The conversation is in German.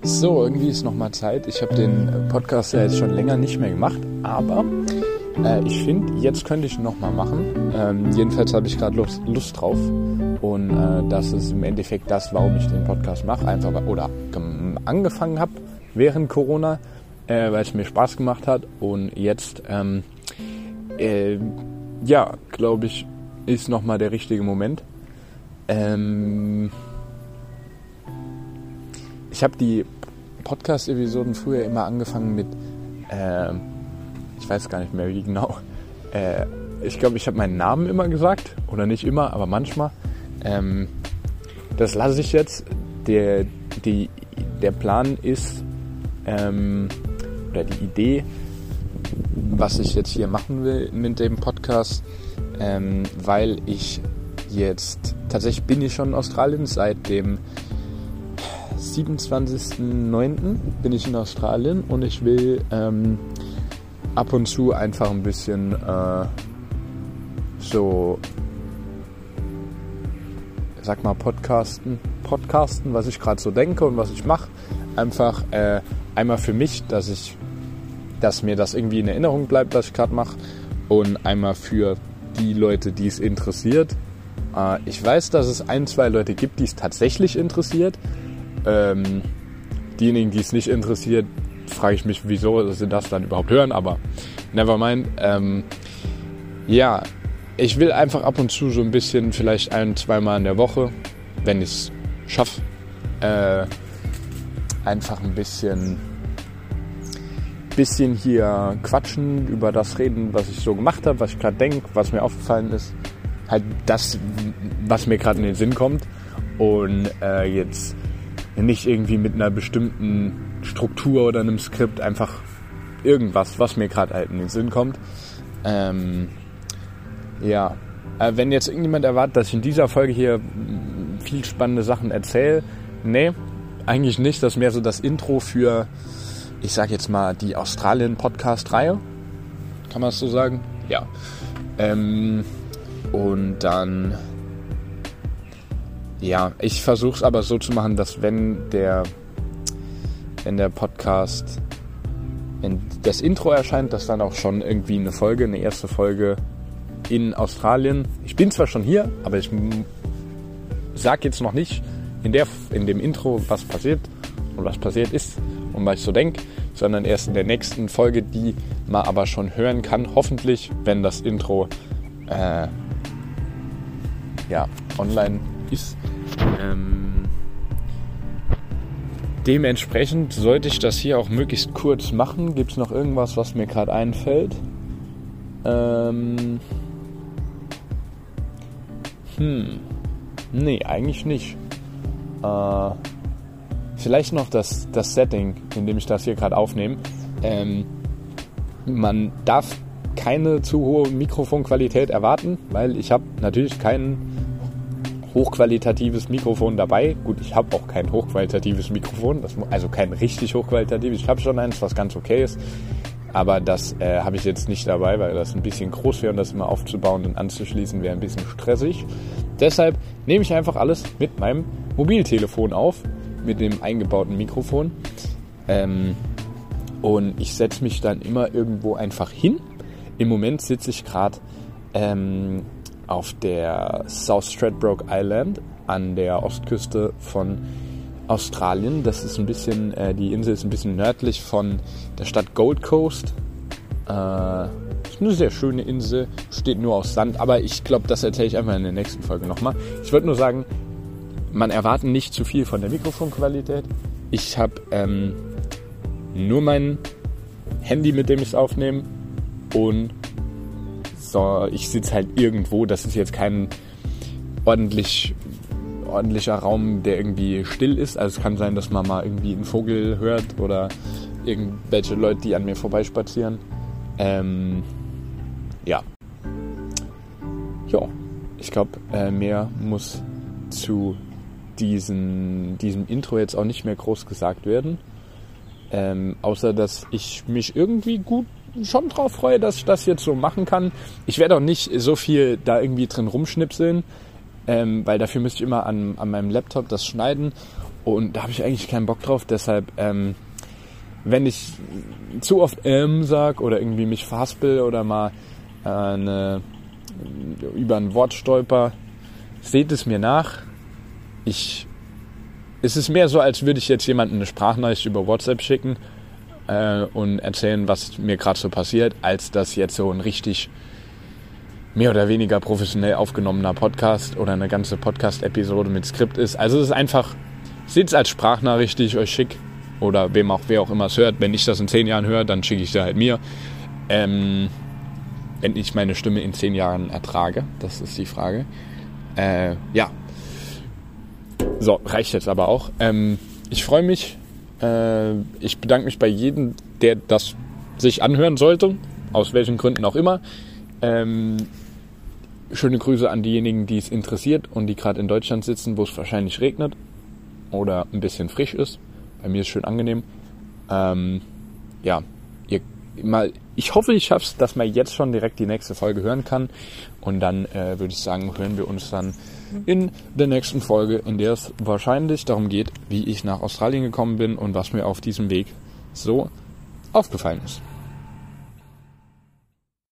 So, irgendwie ist nochmal Zeit. Ich habe den Podcast ja jetzt schon länger nicht mehr gemacht, aber ich finde, jetzt könnte ich ihn nochmal machen. Jedenfalls habe ich gerade Lust drauf. Und das ist im Endeffekt das, warum ich den Podcast mache. Einfach angefangen habe während Corona, weil es mir Spaß gemacht hat. Und jetzt, glaube ich, ist nochmal der richtige Moment. Ich habe die Podcast-Episoden früher immer angefangen mit, ich weiß gar nicht mehr wie genau, ich glaube, ich habe meinen Namen immer gesagt, oder nicht immer, aber manchmal. Das lasse ich jetzt. Der Plan ist, oder die Idee, was ich jetzt hier machen will mit dem Podcast, weil ich jetzt, tatsächlich bin ich schon in Australien, seit dem 27.09. bin ich in Australien und ich will ab und zu einfach ein bisschen podcasten, was ich gerade so denke und was ich mache. Einfach einmal für mich, dass mir das irgendwie in Erinnerung bleibt, was ich gerade mache, und einmal für die Leute, die es interessiert. Ich weiß, dass es 1-2 Leute gibt, die es tatsächlich interessiert. Diejenigen, die es nicht interessiert, frage ich mich, wieso sie das dann überhaupt hören, aber never mind. Ich will einfach ab und zu so ein bisschen, vielleicht 1-2 Mal in der Woche, wenn ich es schaffe, einfach ein bisschen hier quatschen, über das reden, was ich so gemacht habe, was ich gerade denke, was mir aufgefallen ist. Halt das, was mir gerade in den Sinn kommt. Und jetzt nicht irgendwie mit einer bestimmten Struktur oder einem Skript, einfach irgendwas, was mir gerade halt in den Sinn kommt. Wenn jetzt irgendjemand erwartet, dass ich in dieser Folge hier viel spannende Sachen erzähle, nee, eigentlich nicht. Das ist mehr so das Intro für, ich sag jetzt mal, die Australien-Podcast-Reihe. Kann man es so sagen? Ja. Und dann, ich versuche es aber so zu machen, dass wenn der Podcast, wenn das Intro erscheint, dass dann auch schon irgendwie eine erste Folge in Australien. Ich bin zwar schon hier, aber ich sage jetzt noch nicht in dem Intro, was passiert und was passiert ist und was ich so denke, sondern erst in der nächsten Folge, die man aber schon hören kann, hoffentlich, wenn das Intro online ist. Dementsprechend sollte ich das hier auch möglichst kurz machen. Gibt es noch irgendwas, was mir gerade einfällt? Nee, eigentlich nicht. Vielleicht noch das Setting, in dem ich das hier gerade aufnehme. Man darf keine zu hohe Mikrofonqualität erwarten, weil ich habe natürlich kein hochqualitatives Mikrofon dabei. Gut, ich habe auch kein hochqualitatives Mikrofon, also kein richtig hochqualitatives. Ich habe schon eins, was ganz okay ist, aber das habe ich jetzt nicht dabei, weil das ein bisschen groß wäre und das immer aufzubauen und anzuschließen wäre ein bisschen stressig. Deshalb nehme ich einfach alles mit meinem Mobiltelefon auf, mit dem eingebauten Mikrofon, und ich setze mich dann immer irgendwo einfach hin. Im Moment sitze ich gerade auf der South Stradbroke Island an der Ostküste von Australien. Das ist ein bisschen, die Insel ist ein bisschen nördlich von der Stadt Gold Coast. Ist eine sehr schöne Insel, besteht nur aus Sand, aber ich glaube, das erzähle ich einfach in der nächsten Folge nochmal. Ich wollte nur sagen, man erwartet nicht zu viel von der Mikrofonqualität. Ich habe nur mein Handy, mit dem ich es aufnehme, und so, ich sitze halt irgendwo. Das ist jetzt kein ordentlicher Raum, der irgendwie still ist. Also es kann sein, dass man mal irgendwie einen Vogel hört oder irgendwelche Leute, die an mir vorbeispazieren. Ich glaube, mehr muss zu diesem Intro jetzt auch nicht mehr groß gesagt werden. Außer, dass ich mich irgendwie gut schon drauf freue, dass ich das jetzt so machen kann. Ich werde auch nicht so viel da irgendwie drin rumschnipseln. weil dafür müsste ich immer an meinem Laptop das schneiden und da habe ich eigentlich keinen Bock drauf. Deshalb, wenn ich zu oft sag oder irgendwie mich verhaspel oder mal über ein Wort stolper, seht es mir nach. Es ist mehr so, als würde ich jetzt jemandem eine Sprachnachricht über WhatsApp schicken und erzählen, was mir gerade so passiert, als das jetzt so ein richtig mehr oder weniger professionell aufgenommener Podcast oder eine ganze Podcast-Episode mit Skript ist. Also es ist einfach, seht es als Sprachnachricht, die ich euch schicke oder wer auch immer es hört. Wenn ich das in 10 Jahren höre, dann schicke ich sie halt mir. Wenn ich meine Stimme in 10 Jahren ertrage, das ist die Frage. Ja. So, reicht jetzt aber auch. Ich freue mich. Ich bedanke mich bei jedem, der das sich anhören sollte, aus welchen Gründen auch immer. Schöne Grüße an diejenigen, die es interessiert und die gerade in Deutschland sitzen, wo es wahrscheinlich regnet oder ein bisschen frisch ist. Bei mir ist es schön angenehm. Ja, ich hoffe, ich schaffe es, dass man jetzt schon direkt die nächste Folge hören kann. Und dann würde ich sagen, hören wir uns dann in der nächsten Folge, in der es wahrscheinlich darum geht, wie ich nach Australien gekommen bin und was mir auf diesem Weg so aufgefallen ist.